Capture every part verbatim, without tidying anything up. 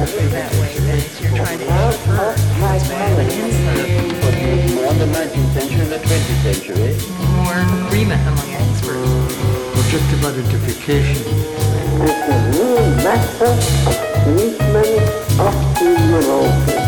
through that way, then you're trying to infer its way of an answer. What used more in the nineteenth century and the twentieth century. More agreement among experts. Objective identification. It's a new method of treatment of the neurosis.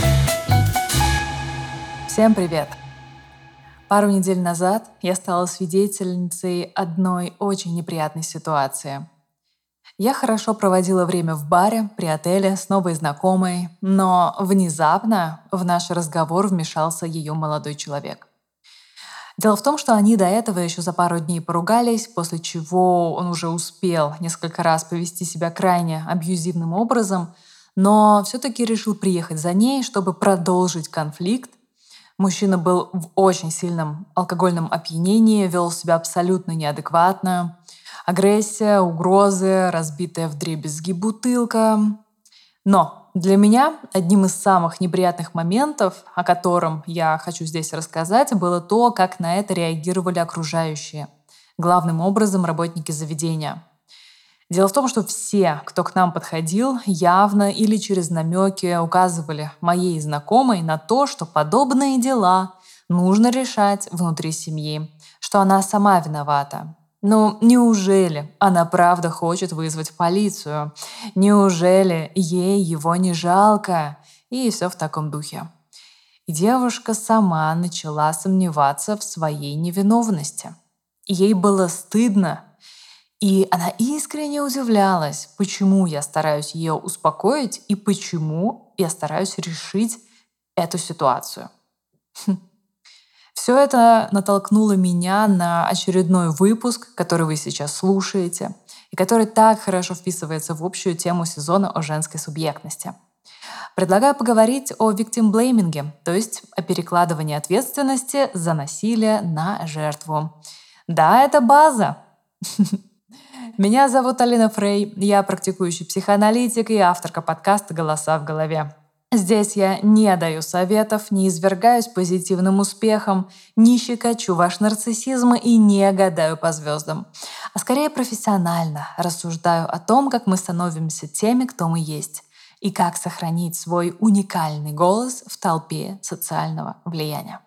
Всем привет! Пару недель назад я стала свидетельницей одной очень неприятной ситуации. Я хорошо проводила время в баре, при отеле, с новой знакомой, но внезапно в наш разговор вмешался ее молодой человек. Дело в том, что они до этого еще за пару дней поругались, после чего он уже успел несколько раз повести себя крайне абьюзивным образом, но все-таки решил приехать за ней, чтобы продолжить конфликт. Мужчина был в очень сильном алкогольном опьянении, вел себя абсолютно неадекватно. Агрессия, угрозы, разбитая вдребезги бутылка. Но для меня одним из самых неприятных моментов, о котором я хочу здесь рассказать, было то, как на это реагировали окружающие. Главным образом работники заведения. Дело в том, что все, кто к нам подходил, явно или через намеки указывали моей знакомой на то, что подобные дела нужно решать внутри семьи, что она сама виновата. Ну, неужели она правда хочет вызвать полицию? Неужели ей его не жалко? И все в таком духе. И девушка сама начала сомневаться в своей невиновности. Ей было стыдно. И она искренне удивлялась, почему я стараюсь ее успокоить и почему я стараюсь решить эту ситуацию. Все это натолкнуло меня на очередной выпуск, который вы сейчас слушаете, и который так хорошо вписывается в общую тему сезона о женской субъектности. Предлагаю поговорить о виктимблейминге, то есть о перекладывании ответственности за насилие на жертву. Да, это база. Меня зовут Алина Фрей, я практикующий психоаналитик и авторка подкаста «Голоса в голове». Здесь я не даю советов, не извергаюсь позитивным успехом, не щекочу ваш нарциссизм и не гадаю по звездам, а скорее профессионально рассуждаю о том, как мы становимся теми, кто мы есть, и как сохранить свой уникальный голос в толпе социального влияния.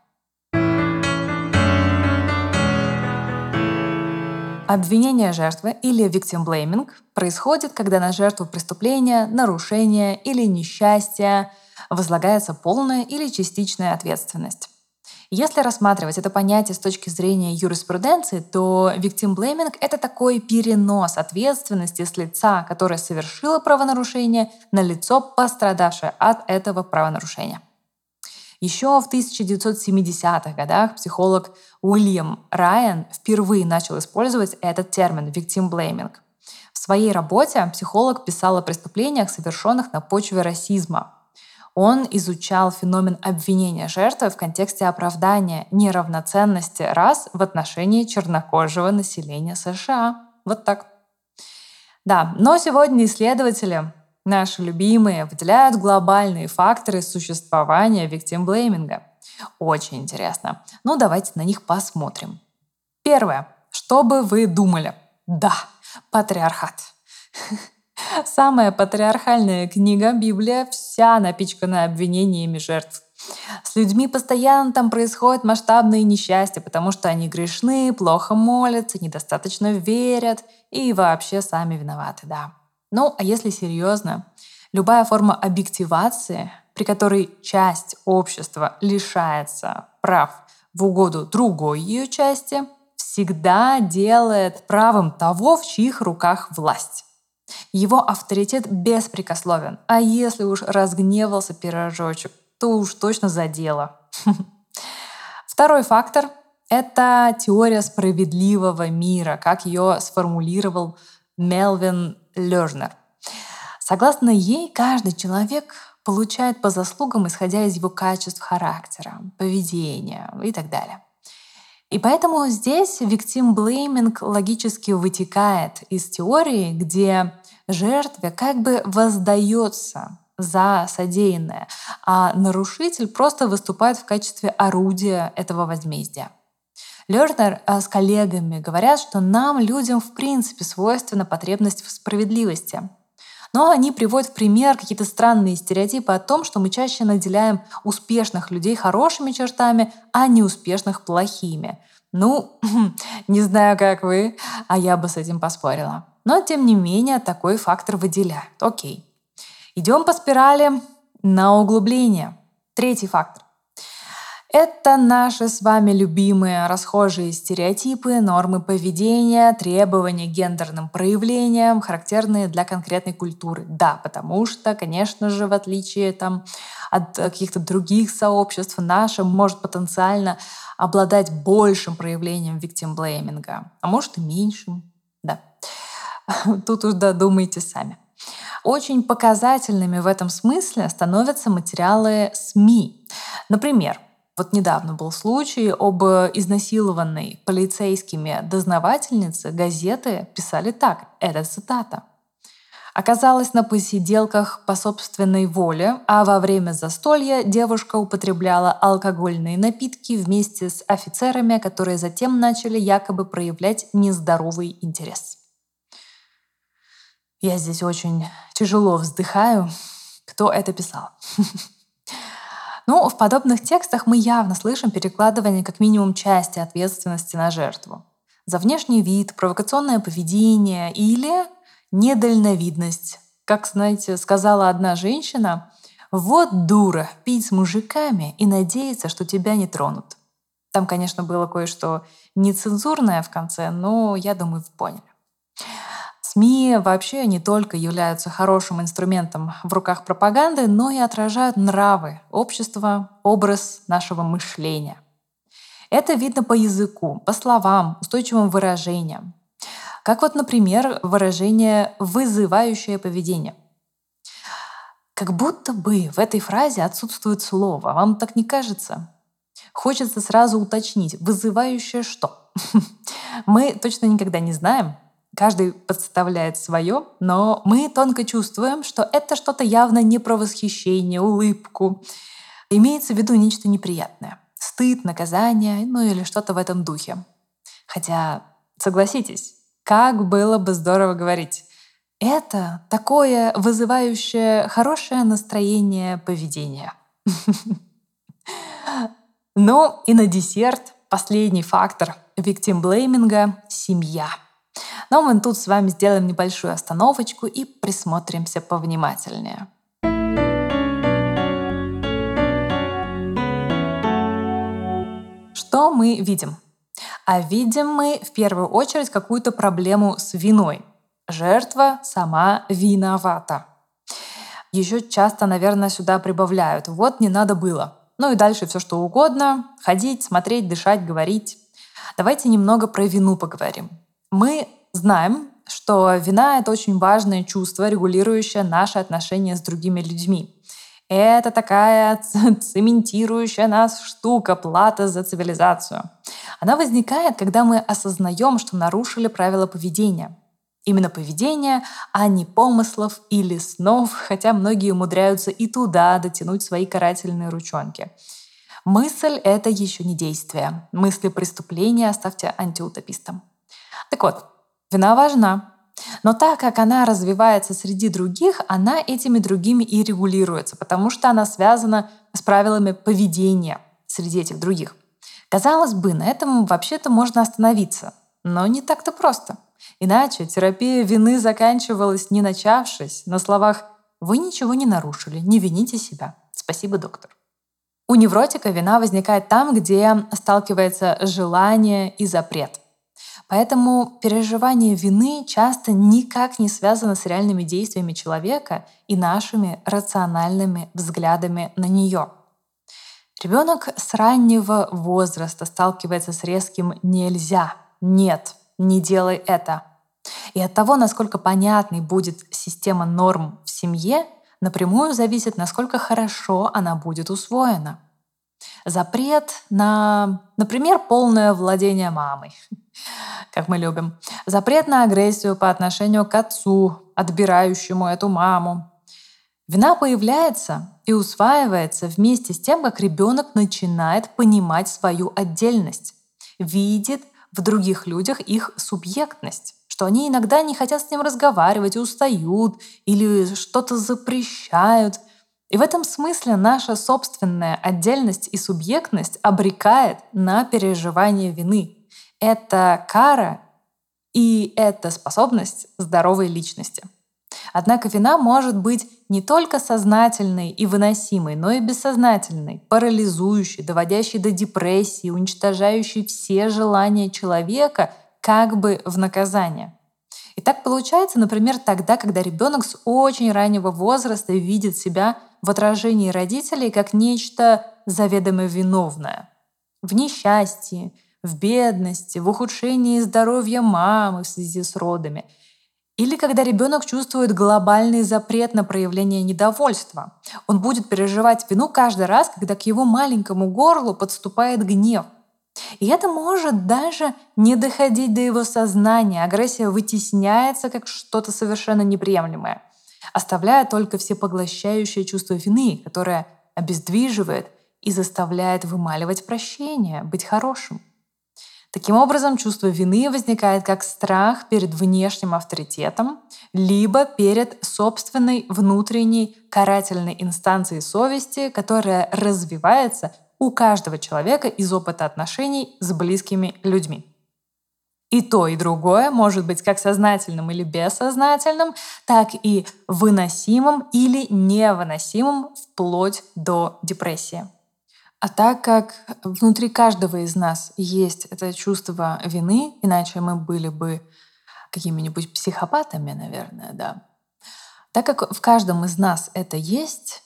Обвинение жертвы или victim-blaming происходит, когда на жертву преступления, нарушения или несчастья возлагается полная или частичная ответственность. Если рассматривать это понятие с точки зрения юриспруденции, то victim-blaming — это такой перенос ответственности с лица, которое совершило правонарушение, на лицо, пострадавшее от этого правонарушения. Еще в тысяча девятьсот семидесятых годах психолог Уильям Райан впервые начал использовать этот термин victim-blaming. В своей работе психолог писал о преступлениях, совершенных на почве расизма. Он изучал феномен обвинения жертвы в контексте оправдания неравноценности рас в отношении чернокожего населения США. Вот так. Да, но сегодня исследователи, наши любимые, выделяют глобальные факторы существования виктимблейминга. Очень интересно. Ну, давайте на них посмотрим. Первое. Что бы вы думали? Да, патриархат. Самая патриархальная книга, Библия, вся напичкана обвинениями жертв. С людьми постоянно там происходят масштабные несчастья, потому что они грешны, плохо молятся, недостаточно верят и вообще сами виноваты, да. Ну, а если серьезно, любая форма объективации, при которой часть общества лишается прав в угоду другой ее части, всегда делает правым того, в чьих руках власть. Его авторитет беспрекословен, а если уж разгневался пирожочек, то уж точно за дело. Второй фактор — это теория справедливого мира, как ее сформулировал Мелвин Лернер. Согласно ей, каждый человек получает по заслугам, исходя из его качеств характера, поведения и так далее. И поэтому здесь victim-blaming логически вытекает из теории, где жертве как бы воздается за содеянное, а нарушитель просто выступает в качестве орудия этого возмездия. Лернер с коллегами говорят, что нам, людям, в принципе свойственна потребность в справедливости. Но они приводят в пример какие-то странные стереотипы о том, что мы чаще наделяем успешных людей хорошими чертами, а неуспешных плохими. Ну, не знаю, как вы, а я бы с этим поспорила. Но, тем не менее, такой фактор выделяют. Окей. Идем по спирали на углубление. Третий фактор. Это наши с вами любимые расхожие стереотипы, нормы поведения, требования к гендерным проявлениям, характерные для конкретной культуры. Да, потому что, конечно же, в отличие там, от каких-то других сообществ, наше может потенциально обладать большим проявлением виктимблейминга, а может и меньшим. Да. Тут уж додумайте сами. Очень показательными в этом смысле становятся материалы СМИ. Например, вот недавно был случай об изнасилованной полицейскими дознавательнице. Газеты писали так, это цитата. Оказалась на посиделках по собственной воле, а во время застолья девушка употребляла алкогольные напитки вместе с офицерами, которые затем начали якобы проявлять нездоровый интерес. Я здесь очень тяжело вздыхаю. Кто это писал? Ну, в подобных текстах мы явно слышим перекладывание как минимум части ответственности на жертву. За внешний вид, провокационное поведение или недальновидность. Как, знаете, сказала одна женщина, «Вот дура, пить с мужиками и надеяться, что тебя не тронут». Там, конечно, было кое-что нецензурное в конце, но я думаю, вы поняли. СМИ вообще не только являются хорошим инструментом в руках пропаганды, но и отражают нравы общества, образ нашего мышления. Это видно по языку, по словам, устойчивым выражениям. Как вот, например, выражение «вызывающее поведение». Как будто бы в этой фразе отсутствует слово. Вам так не кажется? Хочется сразу уточнить, вызывающее что? Мы точно никогда не знаем. Каждый подставляет свое, но мы тонко чувствуем, что это что-то явно не про восхищение, улыбку. Имеется в виду нечто неприятное. Стыд, наказание, ну или что-то в этом духе. Хотя, согласитесь, как было бы здорово говорить. Это такое вызывающее хорошее настроение поведение. Ну и на десерт последний фактор виктимблейминга — семья. Но мы тут с вами сделаем небольшую остановочку и присмотримся повнимательнее. Что мы видим? А видим мы в первую очередь какую-то проблему с виной. Жертва сама виновата. Еще часто, наверное, сюда прибавляют «вот не надо было». Ну и дальше все что угодно. Ходить, смотреть, дышать, говорить. Давайте немного про вину поговорим. Мы знаем, что вина — это очень важное чувство, регулирующее наши отношения с другими людьми. Это такая цементирующая нас штука, плата за цивилизацию. Она возникает, когда мы осознаем, что нарушили правила поведения. Именно поведения, а не помыслов или снов, хотя многие умудряются и туда дотянуть свои карательные ручонки. Мысль — это еще не действие. Мысли преступления оставьте антиутопистам. Так вот, вина важна. Но так как она развивается среди других, она этими другими и регулируется, потому что она связана с правилами поведения среди этих других. Казалось бы, на этом вообще-то можно остановиться, но не так-то просто. Иначе терапия вины заканчивалась, не начавшись, на словах «Вы ничего не нарушили, не вините себя. Спасибо, доктор». У невротика вина возникает там, где сталкивается желание и запрет. Поэтому переживание вины часто никак не связано с реальными действиями человека и нашими рациональными взглядами на нее. Ребенок с раннего возраста сталкивается с резким «нельзя», «нет», «не делай это». И от того, насколько понятной будет система норм в семье, напрямую зависит, насколько хорошо она будет усвоена. Запрет на, например, полное владение мамой, как мы любим. Запрет на агрессию по отношению к отцу, отбирающему эту маму. Вина появляется и усваивается вместе с тем, как ребенок начинает понимать свою отдельность, видит в других людях их субъектность, что они иногда не хотят с ним разговаривать, устают или что-то запрещают. И в этом смысле наша собственная отдельность и субъектность обрекает на переживание вины. Это кара и это способность здоровой личности. Однако вина может быть не только сознательной и выносимой, но и бессознательной, парализующей, доводящей до депрессии, уничтожающей все желания человека как бы в наказание. И так получается, например, тогда, когда ребенок с очень раннего возраста видит себя в отражении родителей как нечто заведомо виновное. В несчастье, в бедности, в ухудшении здоровья мамы в связи с родами. Или когда ребенок чувствует глобальный запрет на проявление недовольства. Он будет переживать вину каждый раз, когда к его маленькому горлу подступает гнев. И это может даже не доходить до его сознания. Агрессия вытесняется как что-то совершенно неприемлемое, оставляя только всепоглощающее чувство вины, которое обездвиживает и заставляет вымаливать прощение, быть хорошим. Таким образом, чувство вины возникает как страх перед внешним авторитетом, либо перед собственной внутренней карательной инстанцией совести, которая развивается у каждого человека из опыта отношений с близкими людьми. И то, и другое может быть как сознательным или бессознательным, так и выносимым или невыносимым вплоть до депрессии. А так как внутри каждого из нас есть это чувство вины, иначе мы были бы какими-нибудь психопатами, наверное, да. Так как в каждом из нас это есть,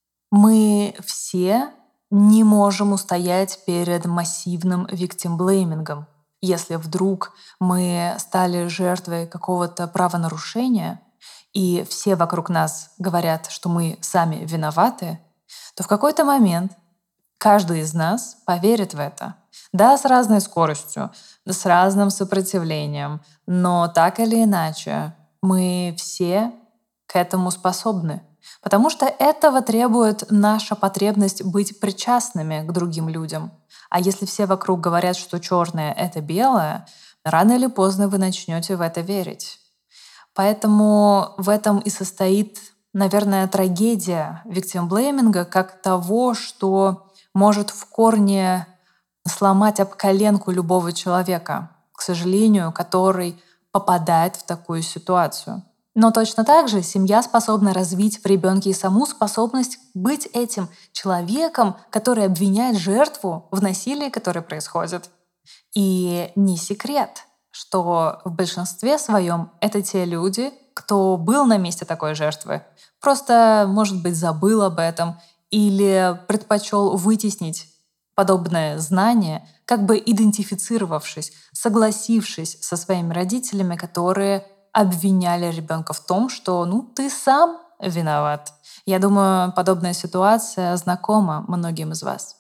мы все не можем устоять перед массивным виктимблеймингом. Если вдруг мы стали жертвой какого-то правонарушения, и все вокруг нас говорят, что мы сами виноваты, то в какой-то момент каждый из нас поверит в это. Да, с разной скоростью, с разным сопротивлением, но так или иначе мы все к этому способны. Потому что этого требует наша потребность быть причастными к другим людям. А если все вокруг говорят, что черное — это белое, рано или поздно вы начнете в это верить. Поэтому в этом и состоит, наверное, трагедия виктимблейминга как того, что может в корне сломать об коленку любого человека, к сожалению, который попадает в такую ситуацию. Но точно так же семья способна развить в ребенке и саму способность быть этим человеком, который обвиняет жертву в насилии, которое происходит. И не секрет, что в большинстве своем это те люди, кто был на месте такой жертвы, просто, может быть, забыл об этом или предпочел вытеснить подобное знание, как бы идентифицировавшись, согласившись со своими родителями, которые обвиняли ребенка в том, что ну ты сам виноват. Я думаю, подобная ситуация знакома многим из вас.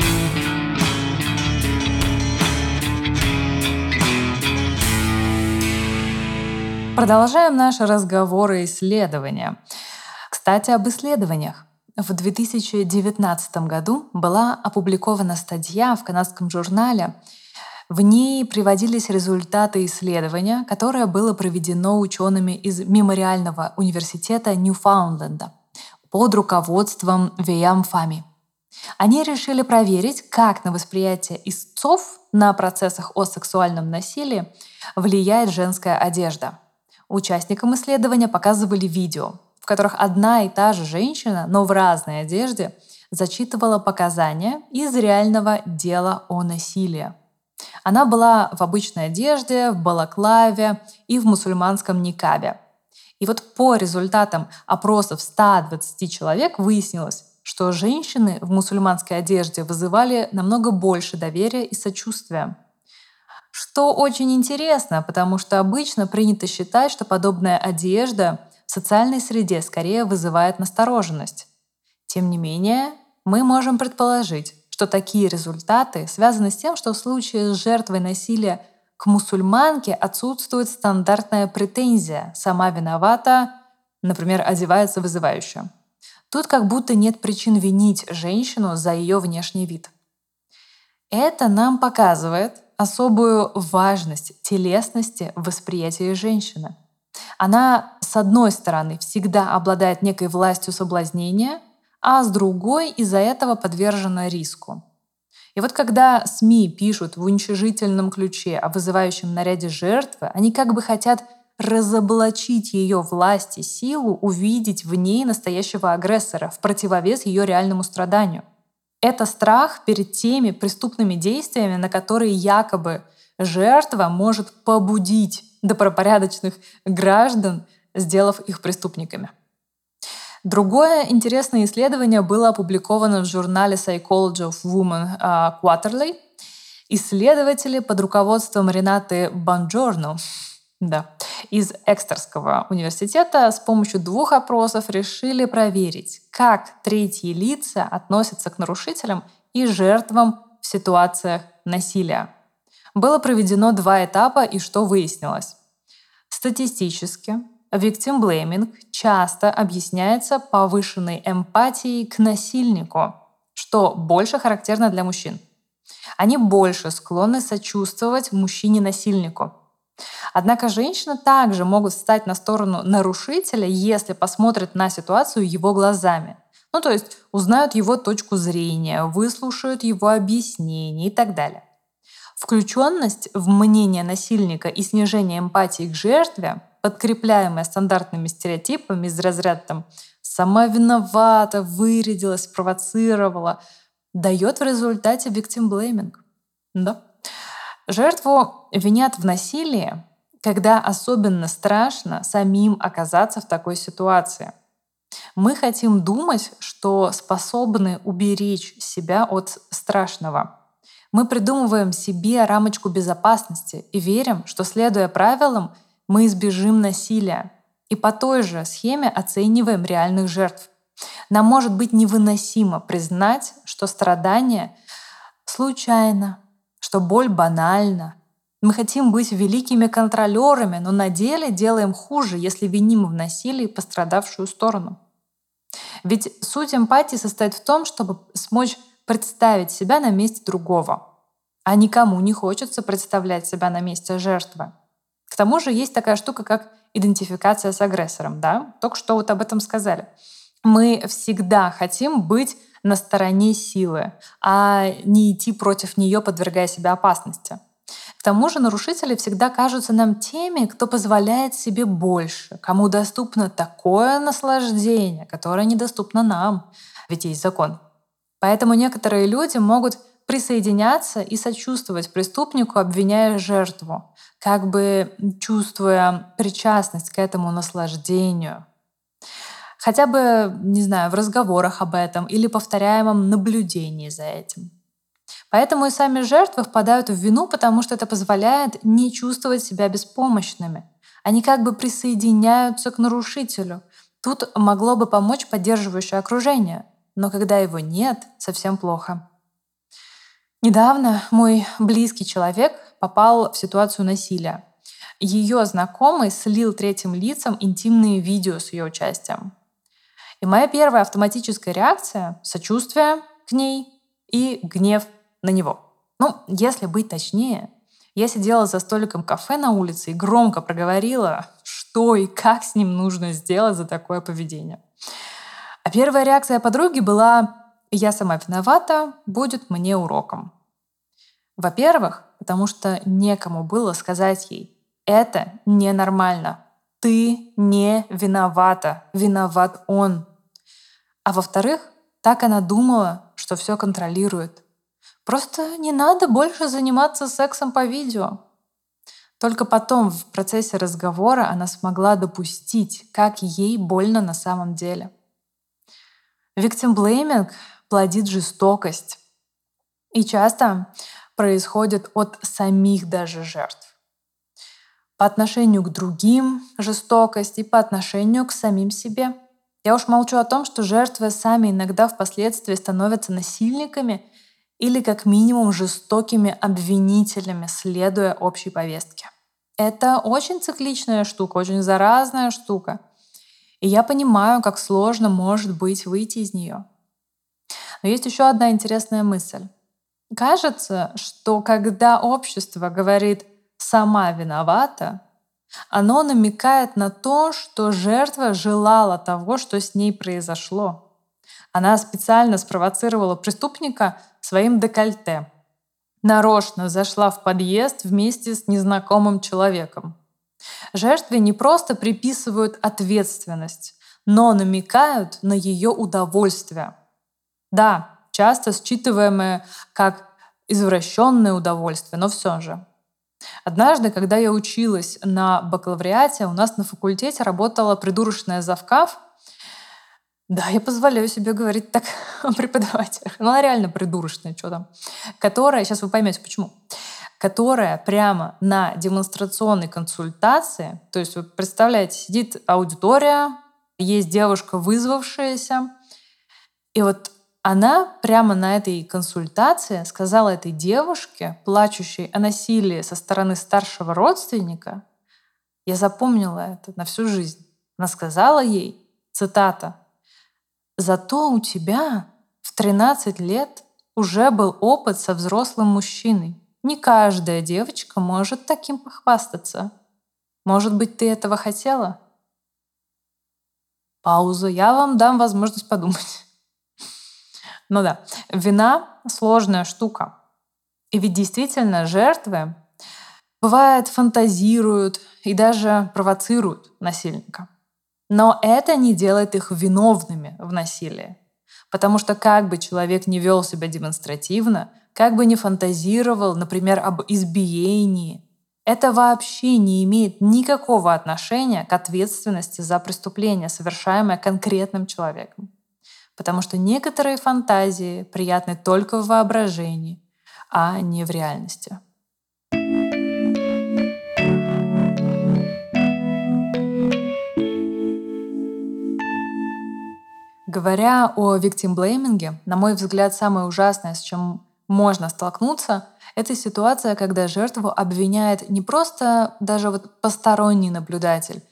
Продолжаем наши разговоры и исследования. Кстати, об исследованиях. В две тысячи девятнадцатом году была опубликована статья в канадском журнале. В ней приводились результаты исследования, которое было проведено учеными из Мемориального университета Ньюфаундленда под руководством Виям Фами. Они решили проверить, как на восприятие истцов на процессах о сексуальном насилии влияет женская одежда. Участникам исследования показывали видео, в которых одна и та же женщина, но в разной одежде, зачитывала показания из реального дела о насилии. Она была в обычной одежде, в балаклаве и в мусульманском никабе. И вот по результатам опросов ста двадцати человек выяснилось, что женщины в мусульманской одежде вызывали намного больше доверия и сочувствия. Что очень интересно, потому что обычно принято считать, что подобная одежда в социальной среде скорее вызывает настороженность. Тем не менее, мы можем предположить, что такие результаты связаны с тем, что в случае с жертвой насилия к мусульманке отсутствует стандартная претензия «сама виновата», например, одевается вызывающе. Тут как будто нет причин винить женщину за ее внешний вид. Это нам показывает особую важность телесности в восприятии женщины. Она, с одной стороны, всегда обладает некой властью соблазнения, а с другой из-за этого подвержена риску. И вот когда СМИ пишут в уничижительном ключе о вызывающем наряде жертвы, они как бы хотят разоблачить ее власть и силу, увидеть в ней настоящего агрессора в противовес ее реальному страданию. Это страх перед теми преступными действиями, на которые якобы жертва может побудить добропорядочных граждан, сделав их преступниками. Другое интересное исследование было опубликовано в журнале Psychology of Women uh, Quarterly. Исследователи под руководством Ренаты Бонджорно да, из Экстерского университета с помощью двух опросов решили проверить, как третьи лица относятся к нарушителям и жертвам в ситуациях насилия. Было проведено два этапа, и что выяснилось? Статистически victim blaming часто объясняется повышенной эмпатией к насильнику, что больше характерно для мужчин. Они больше склонны сочувствовать мужчине-насильнику. Однако женщины также могут встать на сторону нарушителя, если посмотрят на ситуацию его глазами. Ну, то есть узнают его точку зрения, выслушают его объяснения и так далее. Включенность в мнение насильника и снижение эмпатии к жертве, подкрепляемая стандартными стереотипами из разряда там «сама виновата», «вырядилась», «спровоцировала», дает в результате victim blaming. Да. Жертву винят в насилии, когда особенно страшно самим оказаться в такой ситуации. Мы хотим думать, что способны уберечь себя от страшного. Мы придумываем себе рамочку безопасности и верим, что, следуя правилам, мы избежим насилия. И по той же схеме оцениваем реальных жертв. Нам может быть невыносимо признать, что страдание случайно, что боль банальна. Мы хотим быть великими контролерами, но на деле делаем хуже, если виним в насилии пострадавшую сторону. Ведь суть эмпатии состоит в том, чтобы смочь представить себя на месте другого. А никому не хочется представлять себя на месте жертвы. К тому же есть такая штука, как идентификация с агрессором. Да? Только что вот об этом сказали. Мы всегда хотим быть на стороне силы, а не идти против нее, подвергая себя опасности. К тому же нарушители всегда кажутся нам теми, кто позволяет себе больше, кому доступно такое наслаждение, которое недоступно нам, ведь есть закон. Поэтому некоторые люди могут присоединяться и сочувствовать преступнику, обвиняя жертву, как бы чувствуя причастность к этому наслаждению. Хотя бы, не знаю, в разговорах об этом или повторяемом наблюдении за этим. Поэтому и сами жертвы впадают в вину, потому что это позволяет не чувствовать себя беспомощными. Они как бы присоединяются к нарушителю. Тут могло бы помочь поддерживающее окружение, но когда его нет, совсем плохо. Недавно мой близкий человек попал в ситуацию насилия. Ее знакомый слил третьим лицам интимные видео с ее участием. И моя первая автоматическая реакция — сочувствие к ней и гнев на него. Ну, если быть точнее, я сидела за столиком кафе на улице и громко проговорила, что и как с ним нужно сделать за такое поведение. А первая реакция подруги была: «Я сама виновата, будет мне уроком». Во-первых, потому что некому было сказать ей: «Это ненормально, ты не виновата, виноват он». А во-вторых, так она думала, что все контролирует. Просто не надо больше заниматься сексом по видео. Только потом, в процессе разговора, она смогла допустить, как ей больно на самом деле. Victim blaming плодит жестокость. И часто происходит от самих даже жертв. По отношению к другим жестокость и по отношению к самим себе. Я уж молчу о том, что жертвы сами иногда впоследствии становятся насильниками или как минимум жестокими обвинителями, следуя общей повестке. Это очень цикличная штука, очень заразная штука. И я понимаю, как сложно может быть выйти из нее. Но есть еще одна интересная мысль. Кажется, что когда общество говорит «сама виновата», оно намекает на то, что жертва желала того, что с ней произошло. Она специально спровоцировала преступника своим декольте. Нарочно зашла в подъезд вместе с незнакомым человеком. Жертве не просто приписывают ответственность, но намекают на ее удовольствие. Да, часто считываемое как извращенное удовольствие, но все же. Однажды, когда я училась на бакалавриате, у нас на факультете работала придурочная завкаф. Да, я позволяю себе говорить так о преподавателях. Но она реально придурочная, что там. Которая, сейчас вы поймете почему, которая прямо на демонстрационной консультации, то есть вы представляете, сидит аудитория, есть девушка, вызвавшаяся, и вот она прямо на этой консультации сказала этой девушке, плачущей о насилии со стороны старшего родственника, я запомнила это на всю жизнь. Она сказала ей, цитата, «Зато у тебя в тринадцать лет уже был опыт со взрослым мужчиной. Не каждая девочка может таким похвастаться. Может быть, ты этого хотела?» Пауза. Я вам дам возможность подумать. Ну да, вина — сложная штука. И ведь действительно жертвы, бывает, фантазируют и даже провоцируют насильника. Но это не делает их виновными в насилии. Потому что как бы человек не вел себя демонстративно, как бы не фантазировал, например, об избиении, это вообще не имеет никакого отношения к ответственности за преступление, совершаемое конкретным человеком. Потому что некоторые фантазии приятны только в воображении, а не в реальности. Говоря о виктимблейминге, на мой взгляд, самое ужасное, с чем можно столкнуться, это ситуация, когда жертву обвиняет не просто даже вот посторонний наблюдатель,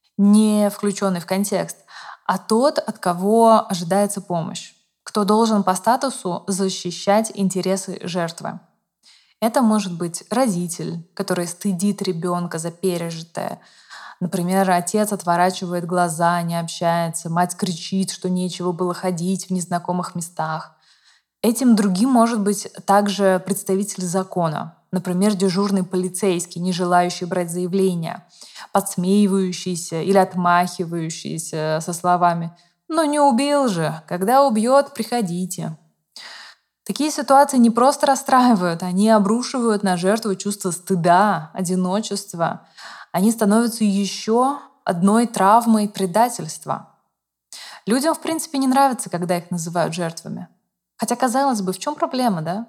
не включенный в контекст, а тот, от кого ожидается помощь, кто должен по статусу защищать интересы жертвы. Это может быть родитель, который стыдит ребенка за пережитое. Например, отец отворачивает глаза, не общается, мать кричит, что нечего было ходить в незнакомых местах. Этим другим может быть также представитель закона, например, дежурный полицейский, не желающий брать заявления, подсмеивающийся или отмахивающийся со словами «Ну не убил же, когда убьет, приходите». Такие ситуации не просто расстраивают, они обрушивают на жертву чувство стыда, одиночества. Они становятся еще одной травмой предательства. Людям, в принципе, не нравится, когда их называют жертвами. Хотя, казалось бы, в чем проблема, да?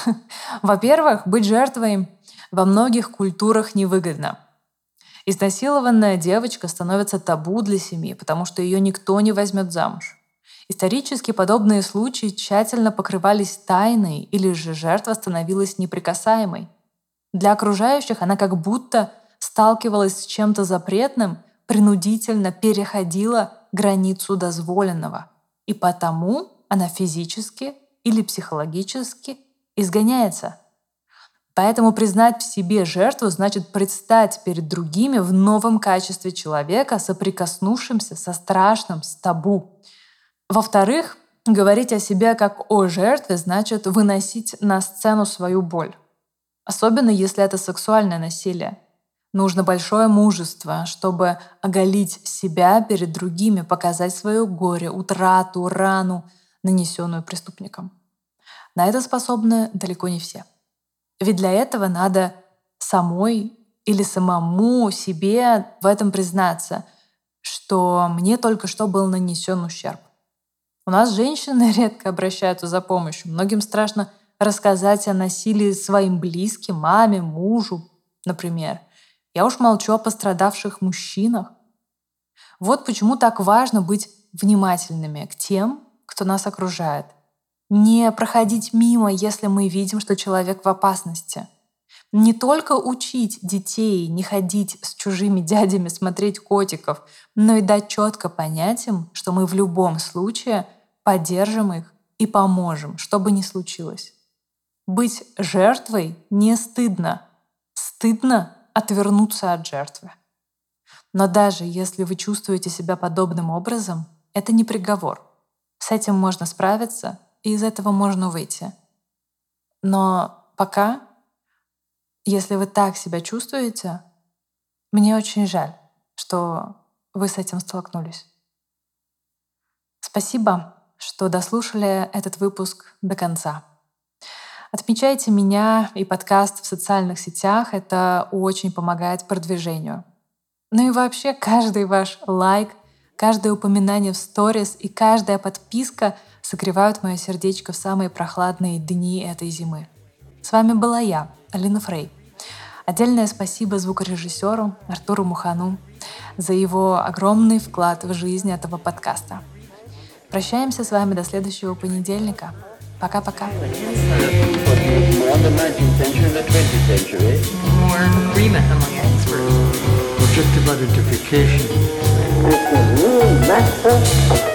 Во-первых, быть жертвой во многих культурах невыгодно. Изнасилованная девочка становится табу для семьи, потому что ее никто не возьмет замуж. Исторически подобные случаи тщательно покрывались тайной, или же жертва становилась неприкасаемой. Для окружающих она как будто сталкивалась с чем-то запретным, принудительно переходила границу дозволенного. И потому она физически или психологически изгоняется. Поэтому признать в себе жертву значит предстать перед другими в новом качестве человека, соприкоснувшимся со страшным, с табу. Во-вторых, говорить о себе как о жертве значит выносить на сцену свою боль. Особенно если это сексуальное насилие. Нужно большое мужество, чтобы оголить себя перед другими, показать свое горе, утрату, рану, нанесенную преступником. На это способны далеко не все. Ведь для этого надо самой или самому себе в этом признаться, что мне только что был нанесен ущерб. У нас женщины редко обращаются за помощью. Многим страшно рассказать о насилии своим близким, маме, мужу, например. Я уж молчу о пострадавших мужчинах. Вот почему так важно быть внимательными к тем, кто нас окружает. Не проходить мимо, если мы видим, что человек в опасности. Не только учить детей не ходить с чужими дядями смотреть котиков, но и дать четко понять им, что мы в любом случае поддержим их и поможем, что бы ни случилось. Быть жертвой не стыдно. Стыдно отвернуться от жертвы. Но даже если вы чувствуете себя подобным образом, это не приговор. С этим можно справиться, и из этого можно выйти. Но пока, если вы так себя чувствуете, мне очень жаль, что вы с этим столкнулись. Спасибо, что дослушали этот выпуск до конца. Отмечайте меня и подкаст в социальных сетях, это очень помогает продвижению. Ну и вообще каждый ваш лайк, каждое упоминание в сторис и каждая подписка согревают мое сердечко в самые прохладные дни этой зимы. С вами была я, Алина Фрей. Отдельное спасибо звукорежиссеру Артуру Мухану за его огромный вклад в жизнь этого подкаста. Прощаемся с вами до следующего понедельника. Пока-пока. More in the nineteenth century and the twentieth century. More agreement among experts. Objective identification. It's a new matter of